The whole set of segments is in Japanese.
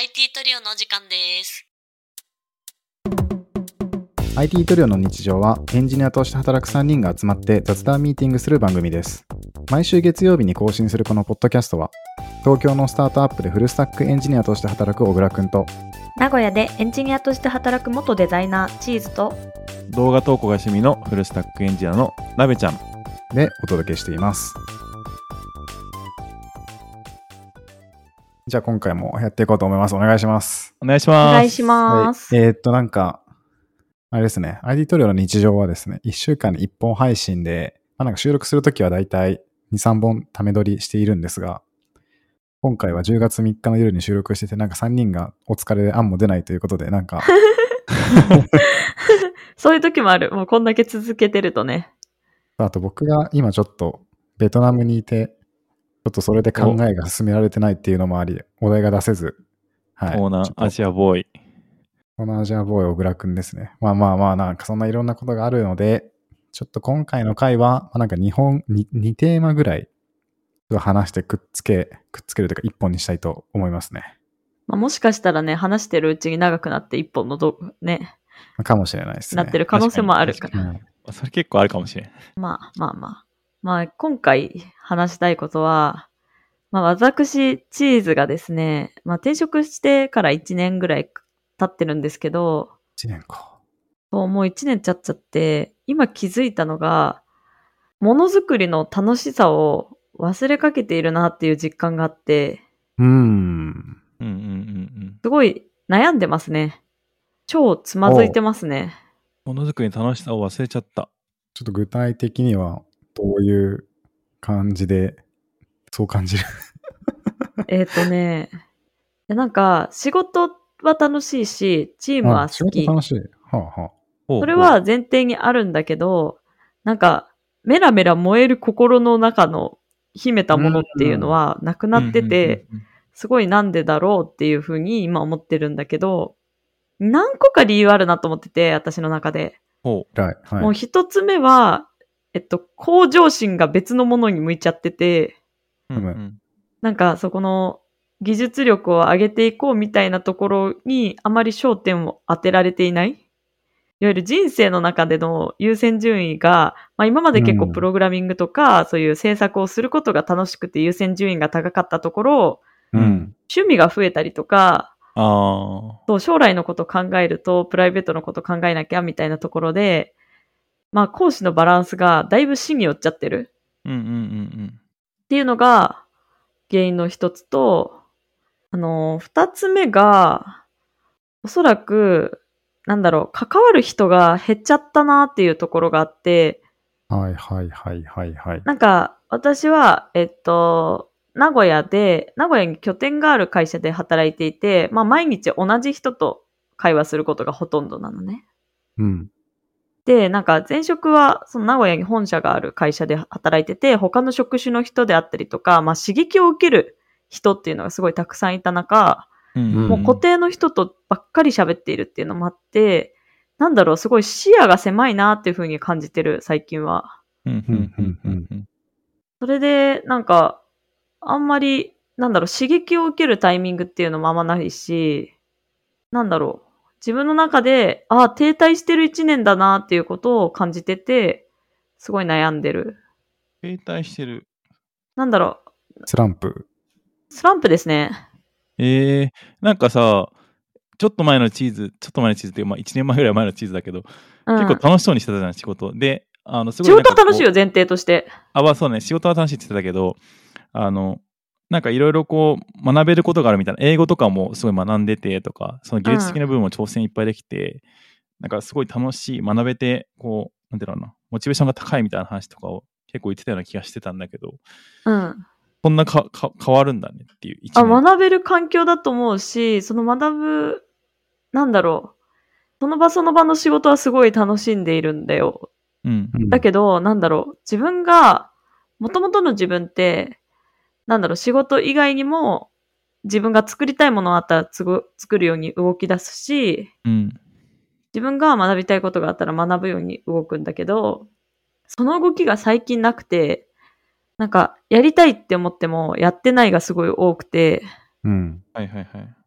IT トリオのお時間です。 IT トリオの日常はエンジニアとして働く3人が集まって雑談ミーティングする番組です。毎週月曜日に更新するこのポッドキャストは、東京のスタートアップでフルスタックエンジニアとして働く小倉くんと、 名古屋でエンジニアとして働く元デザイナーチーズと、 動画投稿が趣味のフルスタックエンジニアのなべちゃんでお届けしています。じゃあ今回もやっていこうと思います。お願いします。 お願いします。 お願いします。 なんかあれですね、IT トリオの日常はですね、1週間に1本配信で、なんか収録するときはだいたい2、3本ため撮りしているんですが、今回は10月3日の夜に収録してて、なんか3人がお疲れで案も出ないということで、なんかそういう時もある。もうこんだけ続けてるとね。 あと僕が今ちょっとベトナムにいて、ちょっとそれで考えが進められてないっていうのもあり、お題が出せず、はい。 東南アジアボーイ。 東南アジアボーイ小倉くんですね。なんかそんないろんなことがあるので、ちょっと今回の回は、なんか2テーマぐらい話してくっつけるというか1本にしたいと思いますね。 もしかしたらね、話してるうちに長くなって1本のね。 かもしれないですね。 なってる可能性もあるから。 それ結構あるかもしれん。 まあ、今回話したいことは、私、チーズがですね、転職してから1年ぐらい経ってるんですけど、 1年か。 もう1年経っちゃって、今気づいたのが、ものづくりの楽しさを忘れかけているなっていう実感があって、すごい悩んでますね。超つまずいてますね。 ものづくりの楽しさを忘れちゃった。 ちょっと具体的にはどういう感じでそう感じるなんか仕事は楽しいし、チームは好き。 仕事楽しい。 それは前提にあるんだけど、なんかメラメラ燃える心の中の秘めたものっていうのはなくなってて、すごいなんでだろうっていうふうに今思ってるんだけど、何個か理由あるなと思ってて、私の中で。もう一つ目は、向上心が別のものに向いちゃってて、なんかそこの技術力を上げていこうみたいなところにあまり焦点を当てられていない。いわゆる人生の中での優先順位が、今まで結構プログラミングとか、そういう制作をすることが楽しくて優先順位が高かったところ、趣味が増えたりとか、そう将来のことを考えるとプライベートのことを考えなきゃみたいなところで、講師のバランスがだいぶ死に寄っちゃってるっていうのが原因の一つと、二つ目がおそらく関わる人が減っちゃったなっていうところがあって、なんか私は名古屋に拠点がある会社で働いていて、毎日同じ人と会話することがほとんどなのね。で、なんか前職はその名古屋に本社がある会社で働いてて、他の職種の人であったりとか、刺激を受ける人っていうのがすごいたくさんいた中、もう固定の人とばっかり喋っているっていうのもあって、すごい視野が狭いなっていう風に感じてる、最近は。それで、あんまり、刺激を受けるタイミングっていうのもあんまないし、自分の中で、停滞してる一年だなっていうことを感じてて、すごい悩んでる。 停滞してる。 スランプですね。 なんかさ、ちょっと前のチーズっていう1年前ぐらい前のチーズだけど、結構楽しそうにしてたじゃん、仕事で。 すごい仕事は楽しいよ、前提として。 そうね、仕事は楽しいって言ってたけど、なんかいろいろこう学べることがあるみたいな、英語とかもすごい学んでてとか、その技術的な部分も挑戦いっぱいできて、なんかすごい楽しい、学べて、こう、なんていうのかな、モチベーションが高いみたいな話とかを結構言ってたような気がしてたんだけど、こんな変わるんだねっていう。 学べる環境だと思うし、その学ぶ、その場その場の仕事はすごい楽しんでいるんだよ。だけど、自分が、元々の自分って、仕事以外にも自分が作りたいものがあったら作るように動き出すし、自分が学びたいことがあったら学ぶように動くんだけど、その動きが最近なくて、やりたいって思ってもやってないがすごい多くて、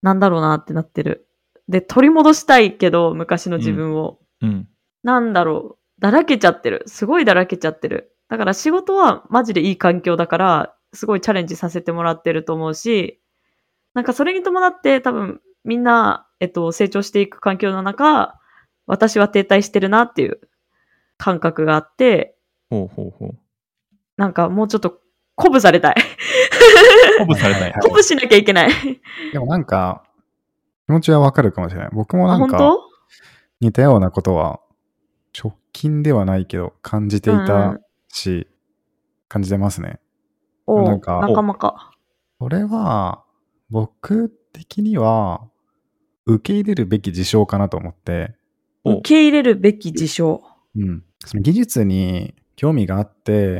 なんだろうなってなってる。で、取り戻したいけど、昔の自分を。なんだろう。だらけちゃってる。すごいだらけちゃってる。だから仕事はマジでいい環境だから、すごいチャレンジさせてもらってると思うし、なんかそれに伴って多分みんな、成長していく環境の中、私は停滞してるなっていう感覚があって、なんかもうちょっと鼓舞されたい。 鼓舞されたい。 鼓舞しなきゃいけない。 でもなんか、気持ちはわかるかもしれない。僕もなんか、 本当？ 似たようなことは、直近ではないけど、感じていたし、感じてますね。 なんか仲間か。 これは、僕的には、受け入れるべき事象かなと思って。 受け入れるべき事象。 その技術に興味があって、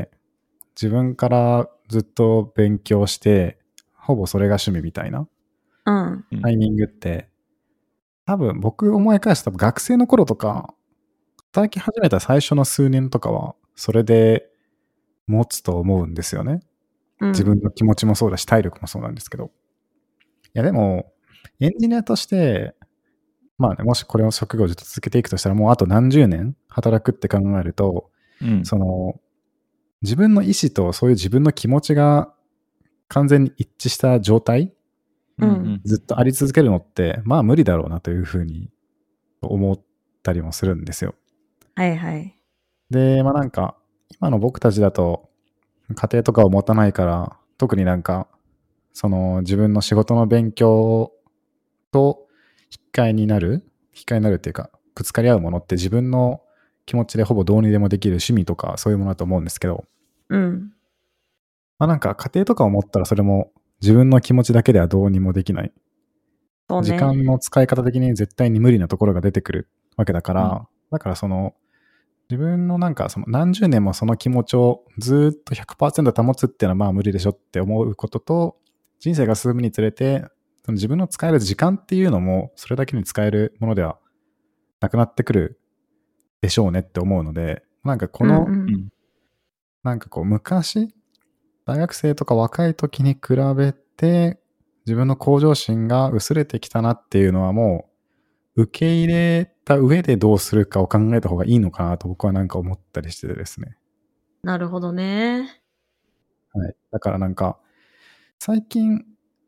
自分からずっと勉強して、ほぼそれが趣味みたいなタイミングって、多分僕思い返すと学生の頃とか、働き始めた最初の数年とかは、それで持つと思うんですよね。自分の気持ちもそうだし、体力もそうなんですけど。いやでも、エンジニアとして、まあね、もしこれを職業をずっと続けていくとしたら、もうあと何十年働くって考えると、その、自分の意思とそういう自分の気持ちが完全に一致した状態、ずっとあり続けるのって、まあ無理だろうなというふうに思ったりもするんですよ。 はいはい。 で、まあなんか、今の僕たちだと、家庭とかを持たないから、特になんか、その自分の仕事の勉強と引き換えになるっていうか、ぶつかり合うものって自分の気持ちでほぼどうにでもできる趣味とかそういうものだと思うんですけど、まあなんか家庭とかを持ったらそれも自分の気持ちだけではどうにもできない。そうね、時間の使い方的に絶対に無理なところが出てくるわけだから、だからその自分のなんかその何十年もその気持ちをずっと 100% 保つっていうのはまあ無理でしょって思うことと、人生が進むにつれてその自分の使える時間っていうのもそれだけに使えるものではなくなってくるでしょうねって思うので、なんかこの、なんかこう昔大学生とか若い時に比べて自分の向上心が薄れてきたなっていうのはもう受け入れた上でどうするかを考えた方がいいのかなと僕はなんか思ったりしててですね。 なるほどね。 はい。だからなんか最近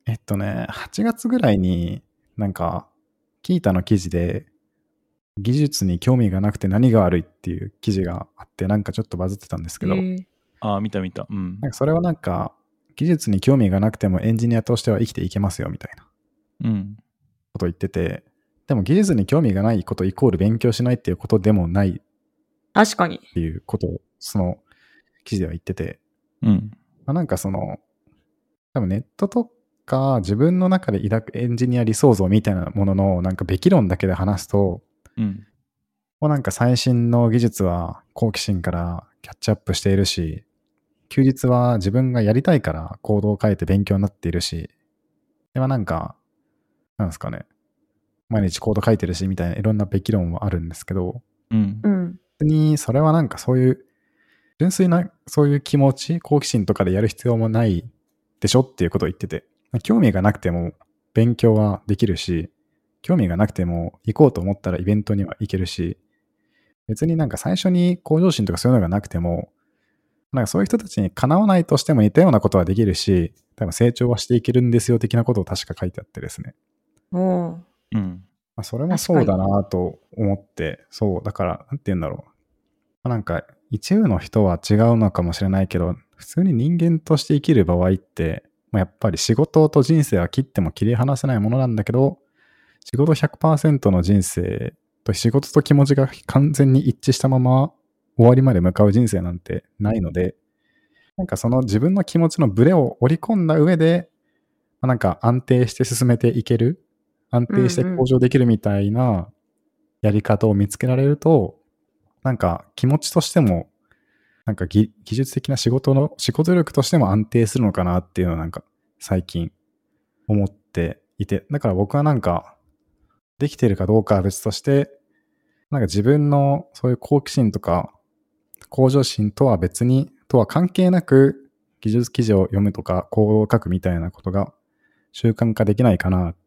8月ぐらいになんかキータの記事で技術に興味がなくて何が悪いっていう記事があってなんかちょっとバズってたんですけど、 見た。 なんかそれはなんか技術に興味がなくてもエンジニアとしては生きていけますよみたいなことを言ってて、でも技術に興味がないことイコール勉強しないっていうことでもない確かにっていうことをその記事では言ってて、まあ、なんかその多分ネットとか自分の中で抱くエンジニア理想像みたいなもののなんかべき論だけで話すと、もうなんか最新の技術は好奇心からキャッチアップしているし、休日は自分がやりたいからコードを書いて勉強になっているし、ではなんかなんですかね、毎日コード書いてるしみたいないろんなべき論はあるんですけど、別にそれはなんかそういう純粋なそういう気持ち、好奇心とかでやる必要もないでしょっていうことを言ってて、興味がなくても勉強はできるし、興味がなくても行こうと思ったらイベントには行けるし、別になんか最初に向上心とかそういうのがなくても、なんかそういう人たちにかなわないとしても似たようなことはできるし、多分成長はしていけるんですよ的なことを確か書いてあってですね。それもそうだなと思って、そう、だから、なんて言うんだろう。なんか一部の人は違うのかもしれないけど、普通に人間として生きる場合って、やっぱり仕事と人生は切っても切り離せないものなんだけど、仕事 100% の人生と仕事と気持ちが完全に一致したまま終わりまで向かう人生なんてないので、なんかその自分の気持ちのブレを織り込んだ上で、なんか安定して進めていける、安定して向上できるみたいなやり方を見つけられると、なんか気持ちとしても、なんか技術的な仕事力としても安定するのかなっていうのをなんか最近思っていて、だから僕はなんかできてるかどうかは別として、なんか自分のそういう好奇心とか向上心とは別に、とは関係なく技術記事を読むとかコードを書くみたいなことが習慣化できないかなっ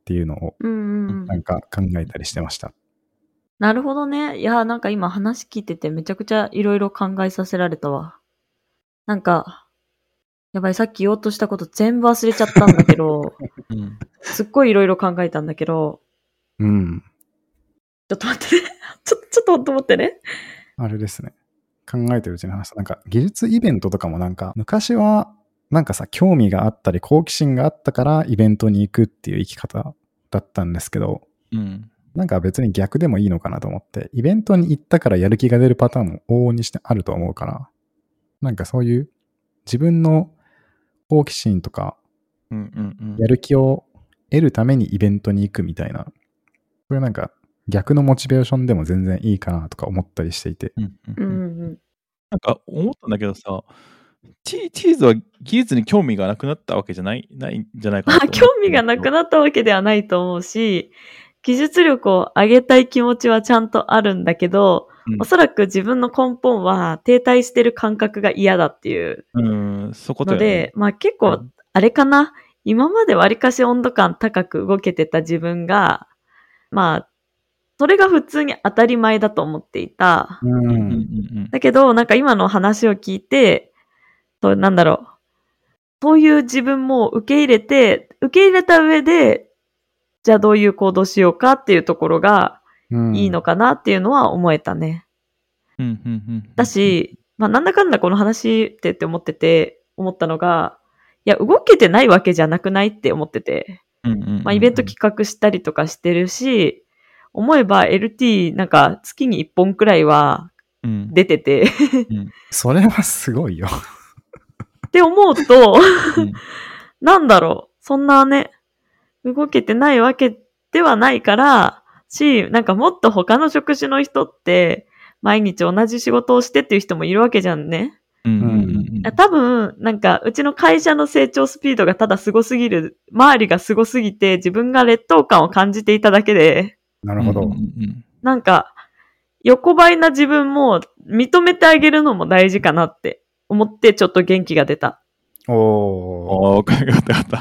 っていうのをなんか考えたりしてました。 なるほどね。いや、なんか今話聞いててめちゃくちゃいろいろ考えさせられたわ。なんか、やばい、さっき言おうとしたこと全部忘れちゃったんだけど、すっごいいろいろ考えたんだけど、ちょっと待ってね。ちょっと待ってね。 あれですね。考えてるうちに話した。なんか技術イベントとかもなんか昔はなんかさ、興味があったり好奇心があったからイベントに行くっていう生き方だったんですけど、なんか別に逆でもいいのかなと思って、イベントに行ったからやる気が出るパターンも往々にしてあると思うから、なんかそういう自分の好奇心とか、やる気を得るためにイベントに行くみたいな、これなんか逆のモチベーションでも全然いいかなとか思ったりしていて。 なんか思ったんだけどさ、チーズは技術に興味がなくなったわけじゃないんじゃないかなと思って。 興味がなくなったわけではないと思うし、技術力を上げたい気持ちはちゃんとあるんだけど、おそらく自分の根本は停滞してる感覚が嫌だっていうので、まあ結構あれかな、今までわりかし温度感高く動けてた自分が、まあそれが普通に当たり前だと思っていた。だけどなんか今の話を聞いて、なんだろう、そういう自分も受け入れた上で、じゃあどういう行動しようかっていうところがいいのかなっていうのは思えたね。だし、まあなんだかんだこの話って思ってて、思ったのが、いや動けてないわけじゃなくないって思ってて、まあイベント企画したりとかしてるし、思えば LT なんか月に1本くらいは出てて、 それはすごいよ。 って思うと、なんだろう、そんなね、動けてないわけではないからし、なんかもっと他の職種の人って毎日同じ仕事をしてっていう人もいるわけじゃんね。多分なんかうちの会社の成長スピードがただすごすぎる、周りがすごすぎて自分が劣等感を感じていただけで、 なるほど。 なんか横ばいな自分も認めてあげるのも大事かなって思ってちょっと元気が出た。 よかった。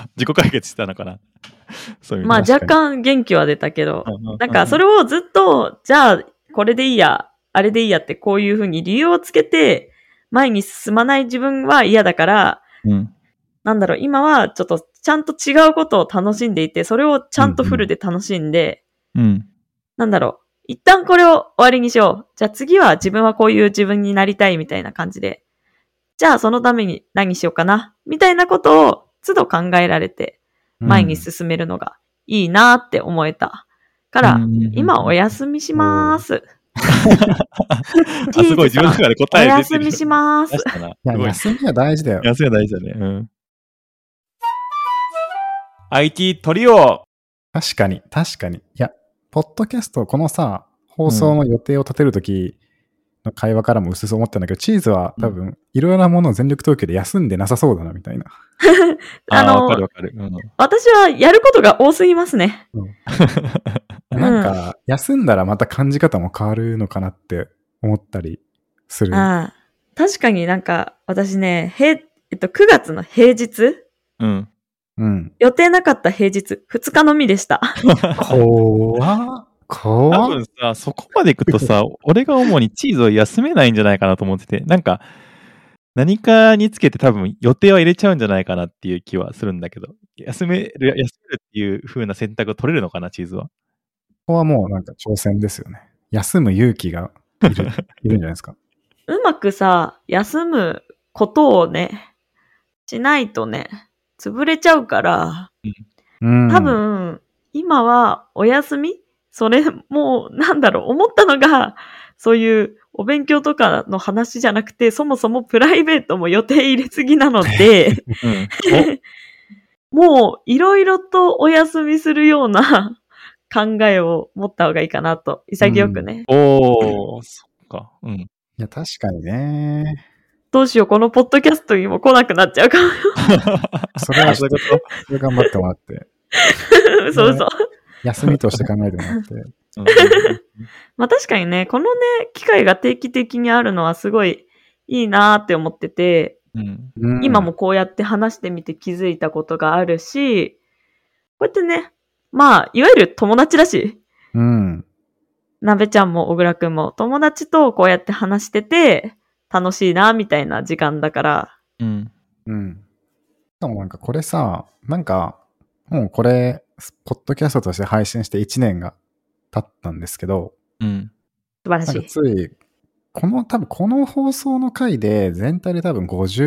自己解決したのかな。 そういうまあ若干元気は出たけど、なんかそれをずっと、じゃあこれでいいや、あれでいいやってこういうふうに理由をつけて前に進まない自分は嫌だから、なんだろう、今はちょっとちゃんと違うことを楽しんでいて、それをちゃんとフルで楽しんで、なんだろう、一旦これを終わりにしよう。じゃあ次は自分はこういう自分になりたいみたいな感じで。じゃあそのために何しようかなみたいなことを都度考えられて前に進めるのがいいなって思えたから、今お休みしまーす。 すごい自分の中で答えお休みしまーす。 休みは大事だよ。 休みは大事だね。IT トリオ。 確かに。いや、ポッドキャストこのさ、放送の予定を立てるとき、の会話からも薄々思ったんだけど、チーズは多分いろいろなものを全力投球で休んでなさそうだなみたいな。 わかる。 私はやることが多すぎますね。 なんか休んだらまた感じ方も変わるのかなって思ったりする。 確かになんか私ね、9月の平日、予定なかった平日2日のみでした。 多分さ、そこまで行くとさ、俺が主にチーズを休めないんじゃないかなと思ってて、なんか、何かにつけて多分予定は入れちゃうんじゃないかなっていう気はするんだけど、休めるっていう風な選択を取れるのかな、チーズは。ここはもうなんか挑戦ですよね。休む勇気がいるんじゃないですか。 うまくさ、休むことをね、しないとね、潰れちゃうから、多分、今はお休みそれもうなんだろう思ったのがそういうお勉強とかの話じゃなくてそもそもプライベートも予定入れすぎなので、もういろいろとお休みするような考えを持った方がいいかなと潔くね。 そっか。 いや確かにね。 どうしようこのポッドキャストにも来なくなっちゃうかもよ。 それはそういうこと。それ頑張ってもらって。 そう。 休みとして考えてもらって。 まあ確かにね、このね、機会が定期的にあるのはすごいいいなーって思ってて、今もこうやって話してみて気づいたことがあるし、こうやってね、 まあ、いわゆる友達だし、 うん。 なべちゃんも小倉くんも友達とこうやって話してて、楽しいな、みたいな時間だから。 うん。 うん。しかもなんかこれさ、なんか、もうこれ、ポッドキャストとして配信して1年が経ったんですけど、 うん。 素晴らしい。 なんかつい、多分この放送の回で全体で多分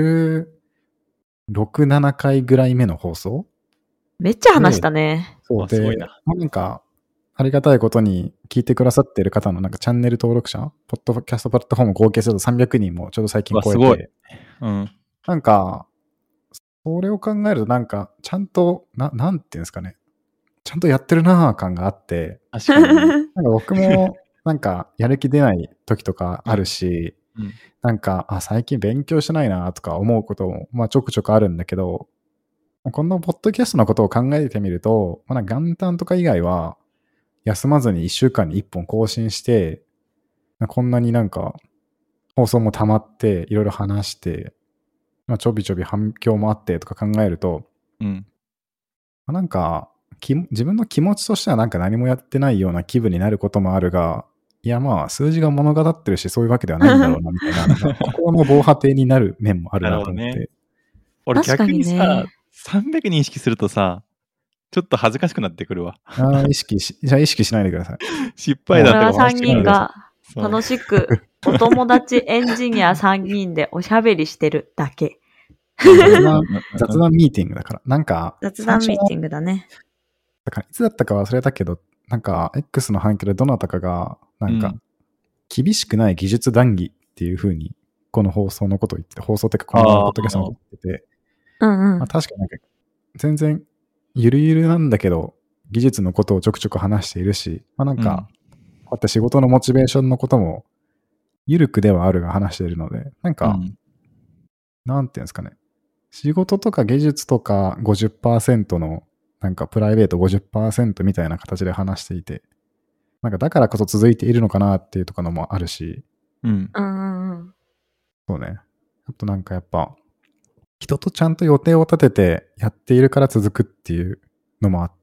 56、7回ぐらい目の放送めっちゃ話したね。 そうで、 すごいな。 なんか、ありがたいことに聞いてくださっている方のなんかチャンネル登録者、ポッドキャストプラットフォーム合計すると300人もちょうど最近超えすごいて、 うん。 なんか、それを考えるとなんか、ちゃんと、なんていうんですかね、ちゃんとやってるなぁ感があって、 確かにね。 なんか僕もなんかやる気出ない時とかあるし、 うんなんか、最近勉強してないなとか思うことも、まあちょくちょくあるんだけど、このポッドキャストのことを考えてみると、まあ、元旦とか以外は、休まずに1週間に1本更新して、こんなになんか、放送も溜まって、いろいろ話して、まあ、ちょびちょび反響もあってとか考えると、 うん。 なんか、自分の気持ちとしてはなんか何もやってないような気分になることもあるが、いやまあ数字が物語ってるしそういうわけではないんだろうなみたいな、なんか心の防波堤になる面もあるなと思って。 なるほどね俺確かに逆にさ、 ね。 300人意識するとさ、ちょっと恥ずかしくなってくるわ。 じゃあ意識しないでください。 失敗だこれは3 ったかもしれない。 人がそう楽しくお友達エンジニア3人でおしゃべりしてるだけ。 雑談ミーティングだから。なんか、 雑談ミーティングだね。 だからいつだったか忘れたけど、なんか X の反響でどなたかが、なんか、厳しくない技術談義っていう風に、この放送のことを言ってて、放送っていうかこのポッドキャストのことを言ってて、 うんうん。 まあ、確かになんか、全然ゆるゆるなんだけど、技術のことをちょくちょく話しているし、まあなんか、こうやって仕事のモチベーションのことも、ゆるくではあるが話しているので、なんか、なんていうんですかね、仕事とか技術とか 50% の、なんかプライベート 50% みたいな形で話していて、なんかだからこそ続いているのかなっていうとかのもあるし、 うんうんうん。 そうね。あとなんかやっぱ、人とちゃんと予定を立ててやっているから続くっていうのもあって、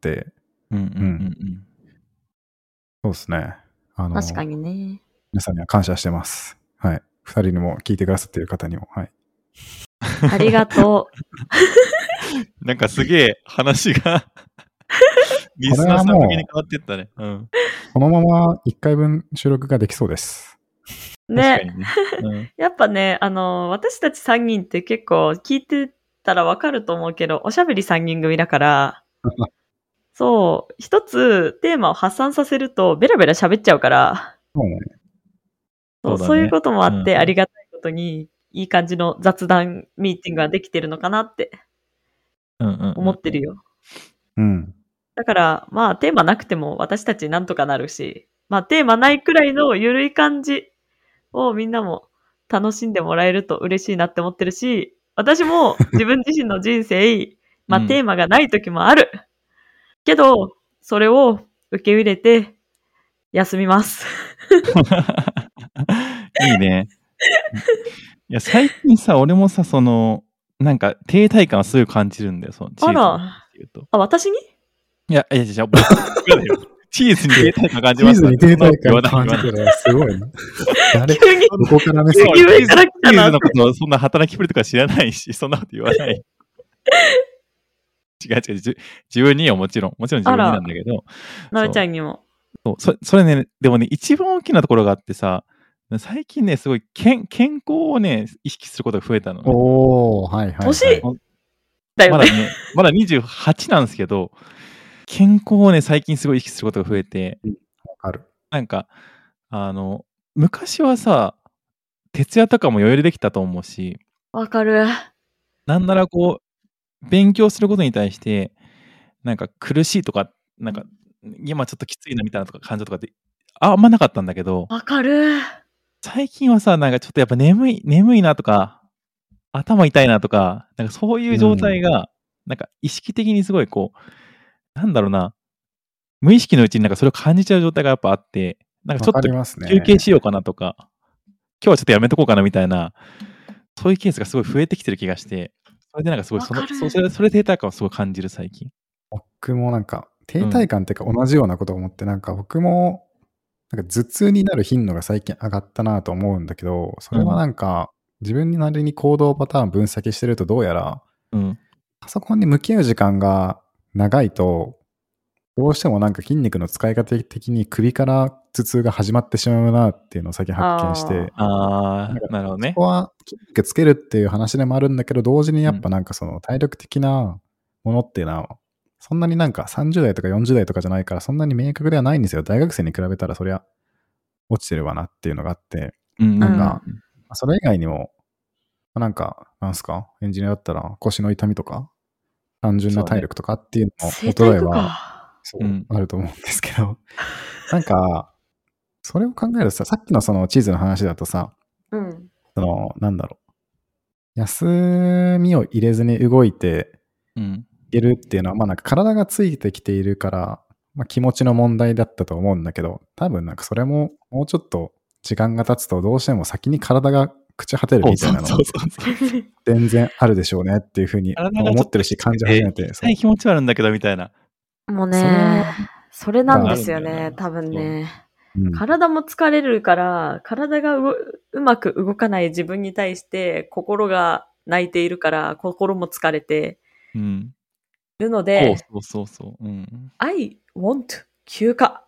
そうですね。 確かにね。 皆さんには感謝してます。はい。2人にも聞いてくださっている方にも。はい。 ありがとう。なんかすげえ話がリスナーさん向けに変わってったね。 このまま1回分収録ができそうです。 ね。やっぱね、私たち3人って結構聞いてたらわかると思うけど、おしゃべり3人組だから、そう、一つテーマを発散させるとベラベラ喋っちゃうから、そういうこともあって、ありがたいことに、いい感じの雑談ミーティングができてるのかなって思ってるよ。だから、まあテーマなくても私たちなんとかなるし、まあテーマないくらいのゆるい感じをみんなも楽しんでもらえると嬉しいなって思ってるし、私も自分自身の人生、まあテーマがない時もある。けど、それを受け入れて休みます。 いいね。いや、最近さ、俺もさ、なんか停滞感はすごい感じるんだよ、そのチーズっていうと。 私に？ いや、僕チーズに停滞感感じます。 チーズに停滞感感じてるのすごいな。 急に、 どこから目線？ 急に上から来たな。 チーズのことをそんな働きぶりとか知らないし、そんなこと言わない。違う。自分にはもちろん自分になんだけど。 なべちゃんにも。 それね、でもね、一番大きなところがあってさ、最近ね、すごい健康をね、意識することが増えたのね。 はい。 年だよね。 まだ28なんですけど、健康をね、最近すごい意識することが増えて、なんか、昔はさ、徹夜とかも余裕でできたと思うし、 わかる。 なんならこう、勉強することに対して、なんか苦しいとか、なんか、今ちょっときついなみたいなとか感情とかってあんまなかったんだけど、 わかる。 最近はさ、なんかちょっとやっぱ眠いなとか、頭痛いなとか、なんかそういう状態が、なんか意識的にすごいこう、なんだろうな、無意識のうちになんかそれを感じちゃう状態がやっぱあって、なんかちょっと休憩しようかなとか、今日はちょっとやめとこうかなみたいな、そういうケースがすごい増えてきてる気がして、それでなんかすごいそれ停滞感をすごい感じる最近。 僕もなんか停滞感っていうか同じようなことを思って、なんか僕も、なんか頭痛になる頻度が最近上がったなと思うんだけど、それはなんか自分なりに行動パターン分析してるとどうやら、パソコンに向き合う時間が長いと、どうしてもなんか筋肉の使い方的に首から頭痛が始まってしまうなっていうのを最近発見して、 なるほどね。 そこは筋肉つけるっていう話でもあるんだけど、同時にやっぱなんかその体力的なものっていうのは、そんなになんか30代とか40代とかじゃないから、そんなに明確ではないんですよ。大学生に比べたらそりゃ落ちてるわなっていうのがあって、なんか、それ以外にも、なんか、なんすか、エンジニアだったら腰の痛みとか、単純な体力とかっていうのも衰えはあると思うんですけど、なんか、それを考えるとさっきのその地図の話だとさ、その、なんだろう、休みを入れずに動いていけるっていうのは、まあなんか体がついてきているから、まあ気持ちの問題だったと思うんだけど、多分なんかそれももうちょっと時間が経つとどうしても先に体が朽ち果てるみたいなの全然あるでしょうねっていうふうに思ってるし感じ始めて。 気持ちはあるんだけどみたいな。 もうね、それなんですよね、多分ね。体も疲れるから、体がうまく動かない自分に対して心が泣いているから、心も疲れてるので、I want 休暇。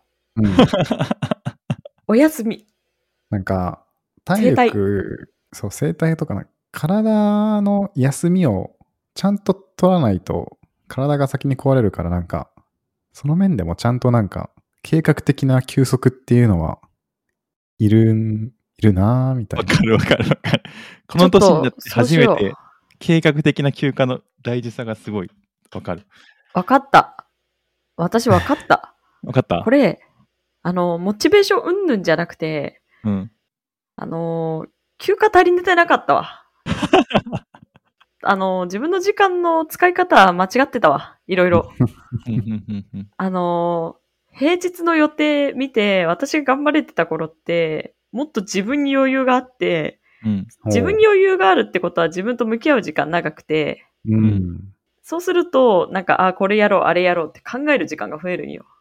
お休み。 なんか、体力、生体とかな、体の休みをちゃんと取らないと、体が先に壊れるから、なんか、その面でもちゃんとなんか、計画的な休息っていうのはいるなぁ、みたいな。 わかる。この年になって初めて、計画的な休暇の大事さがすごいわかる。 わかった。私わかった。 わかった？ これ、モチベーションうんぬんじゃなくて、休暇足りてなかったわ。自分の時間の使い方間違ってたわ。いろいろ。平日の予定見て、私が頑張れてた頃って、もっと自分に余裕があって、自分に余裕があるってことは自分と向き合う時間長くて、そうすると、なんか、これやろう、あれやろうって考える時間が増えるんよ。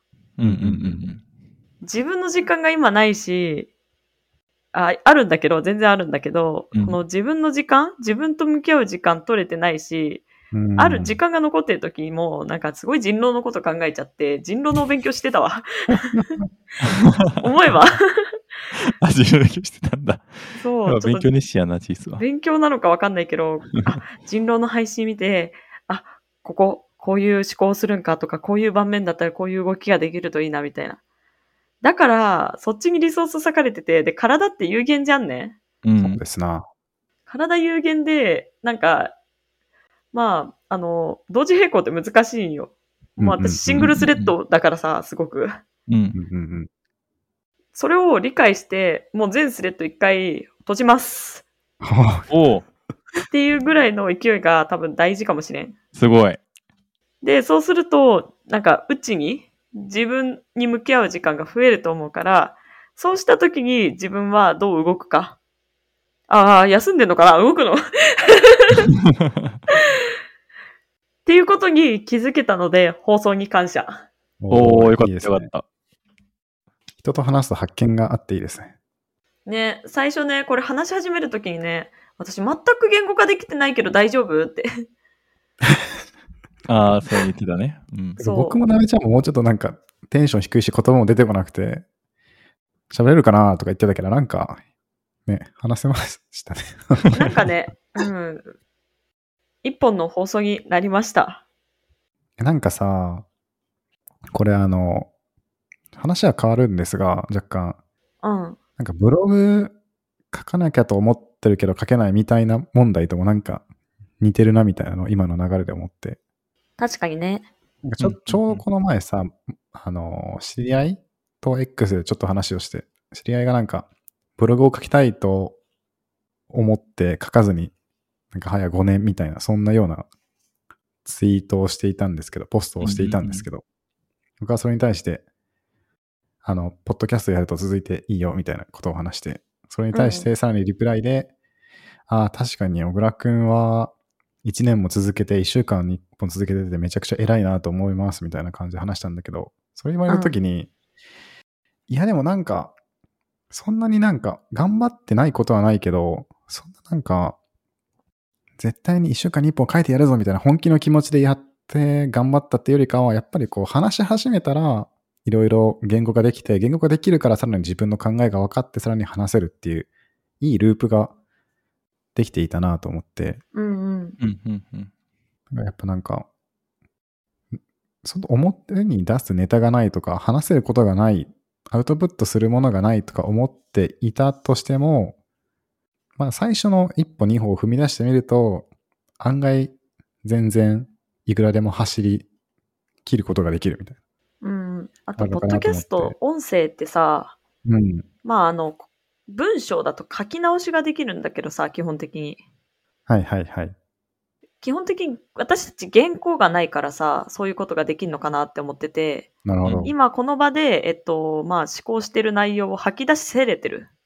自分の時間が今ないし、あるんだけど、全然あるんだけど、この自分の時間、自分と向き合う時間取れてないし、ある時間が残ってる時も、なんかすごい人狼のこと考えちゃって、人狼の勉強してたわ。思えば。 人狼の勉強してたんだ。 そう。 勉強熱心やな、チーズは。 勉強なのかわかんないけど、人狼の配信見て、こういう思考するんかとか、こういう盤面だったらこういう動きができるといいな、みたいな。だから、そっちにリソース割かれてて、で、体って有限じゃんね。 そうですな。 体有限で、なんか、まあ、同時並行って難しいんよ。もう私シングルスレッドだからさ、すごく。それを理解して、もう全スレッド一回閉じます。っていうぐらいの勢いが多分大事かもしれん。 すごい。 で、そうすると、なんか、うちに自分に向き合う時間が増えると思うから、そうした時に自分はどう動くか。休んでんのかな？動くのっていうことに気づけたので、放送に感謝。 よかった、よかった。 人と話すと発見があっていいですね。 ね、最初ね、これ話し始めるときにね、私全く言語化できてないけど大丈夫って。 そう言ってたね。 僕もなめちゃんももうちょっとなんかテンション低いし言葉も出てこなくて、喋れるかなとか言ってたけど、なんか、ね、話せましたね。 なんかね、一本の放送になりました。 なんかさ、これ話は変わるんですが、若干。なんかブログ書かなきゃと思ってるけど書けないみたいな問題ともなんか似てるなみたいなのを今の流れで思って。 確かにね。 なんかちょうどこの前さ、知り合いと X でちょっと話をして、知り合いがなんか、ブログを書きたいと思って書かずに、なんか早5年みたいな、そんなようなツイートをしていたんですけど、ポストをしていたんですけど、僕はそれに対して、ポッドキャストやると続いていいよみたいなことを話して、それに対してさらにリプライで、確かに小倉くんは1年も続けて1週間に本続けててめちゃくちゃ偉いなと思いますみたいな感じで話したんだけど、それ言われた時に、いやでもなんか、そんなになんか頑張ってないことはないけど、そんななんか、絶対に1週間に1本書いてやるぞみたいな本気の気持ちでやって頑張ったっていうよりかは、やっぱりこう話し始めたら、いろいろ言語化できて、言語化できるからさらに自分の考えが分かってさらに話せるっていう、いいループができていたなと思って、やっぱなんか、その表に出すネタがないとか、話せることがない、アウトプットするものがないとか思っていたとしても、まあ最初の一歩二歩を踏み出してみると、案外全然いくらでも走り切ることができるみたいな。 あと、ポッドキャスト、音声ってさ、まあ文章だと書き直しができるんだけどさ、基本的に。 はいはいはい。 基本的に私たち原稿がないからさ、そういうことができるのかなって思ってて、 なるほど。 今この場で、まあ思考してる内容を吐き出しせれてる。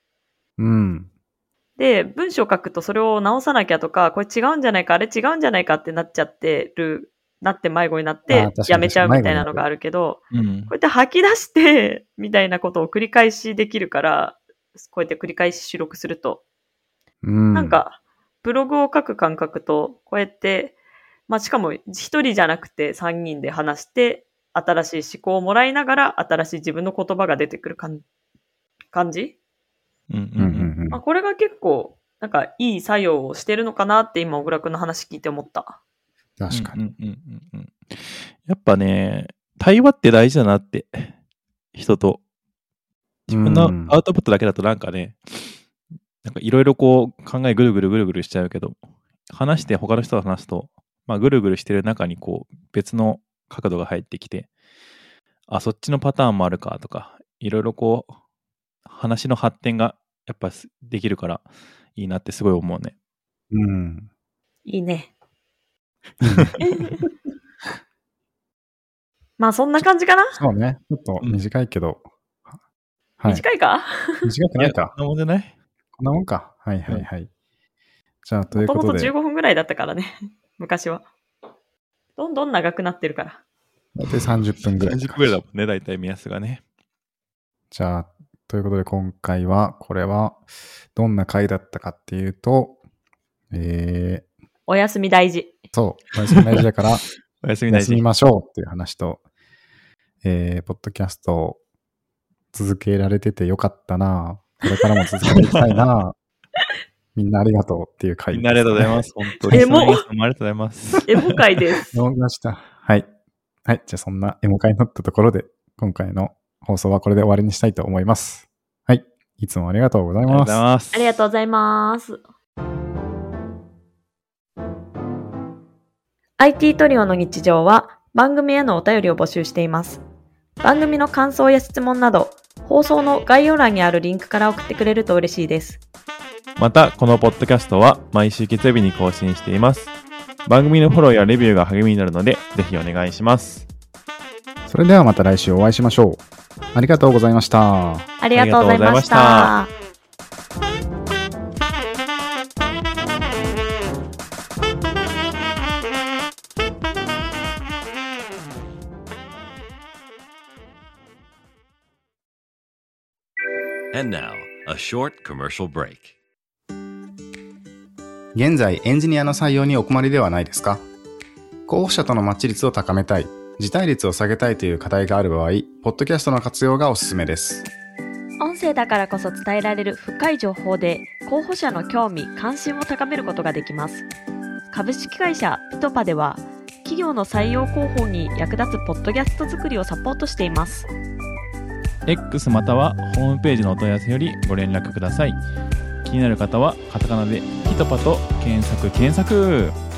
で、文章書くとそれを直さなきゃとか、これ違うんじゃないか、あれ違うんじゃないかってなっちゃってる、なって迷子になってやめちゃうみたいなのがあるけど、こうやって吐き出してみたいなことを繰り返しできるから、こうやって繰り返し収録すると、なんかブログを書く感覚とこうやって、まあしかも一人じゃなくて3人で話して、新しい思考をもらいながら新しい自分の言葉が出てくる感じ、まあ、これが結構なんかいい作用をしてるのかなって今小倉くんの話聞いて思った。 確かに。 やっぱね、対話って大事だなって、人と。自分のアウトプットだけだとなんかね、なんかいろいろこう考えぐるぐるしちゃうけど、話して他の人と話すと、まあぐるぐるしてる中にこう別の角度が入ってきて、あ、そっちのパターンもあるかとか、いろいろこう話の発展がやっぱできるからいいなってすごい思うね。 いいね。まあそんな感じかな。 そうね。ちょっと短いけど。 短いか？ 短くないか。 こんなもんじゃない？ こんなもんか。はいはいはい。じゃあということで。 もともと15分ぐらいだったからね。昔は。どんどん長くなってるから。 大体30分ぐらい。 30分ぐらいだもんね、大体目安がね。 じゃあ、ということで今回は、これはどんな回だったかっていうと、 お休み大事。 そう、お休み大事だから、 お休みましょうっていう話と、ポッドキャストを続けられててよかったな、これからも続けていきたいな、みんなありがとうっていう回です、ね。 みんなありがとうございます。本当に。 エモ。 ありがとうございます。 エモ回です。 読みました。はい。はい。じゃあそんなエモ回になったところで、今回の放送はこれで終わりにしたいと思います。はい。いつもありがとうございます。 ありがとうございます。IT トリオの日常は番組へのお便りを募集しています。番組の感想や質問など、放送の概要欄にあるリンクから送ってくれると嬉しいです。 また、このポッドキャストは毎週月曜日に更新しています。番組のフォローやレビューが励みになるので、ぜひお願いします。 それではまた来週お会いしましょう。ありがとうございました。 ありがとうございました。 And now, a short commercial break. 現在エンジニアの採用にお困りではないですか？候補者とのマッチ率を高めたい、辞退率を下げたいという課題がある場合、ポッドキャストの活用がおすすめです。 音声だからこそ伝えられる深い情報で、候補者の興味・関心を高めることができます。株式会社ピトパでは、企業の採用広報に役立つポッドキャスト作りをサポートしています。 X またはホームページのお問い合わせよりご連絡ください。気になる方はカタカナでピトパと検索。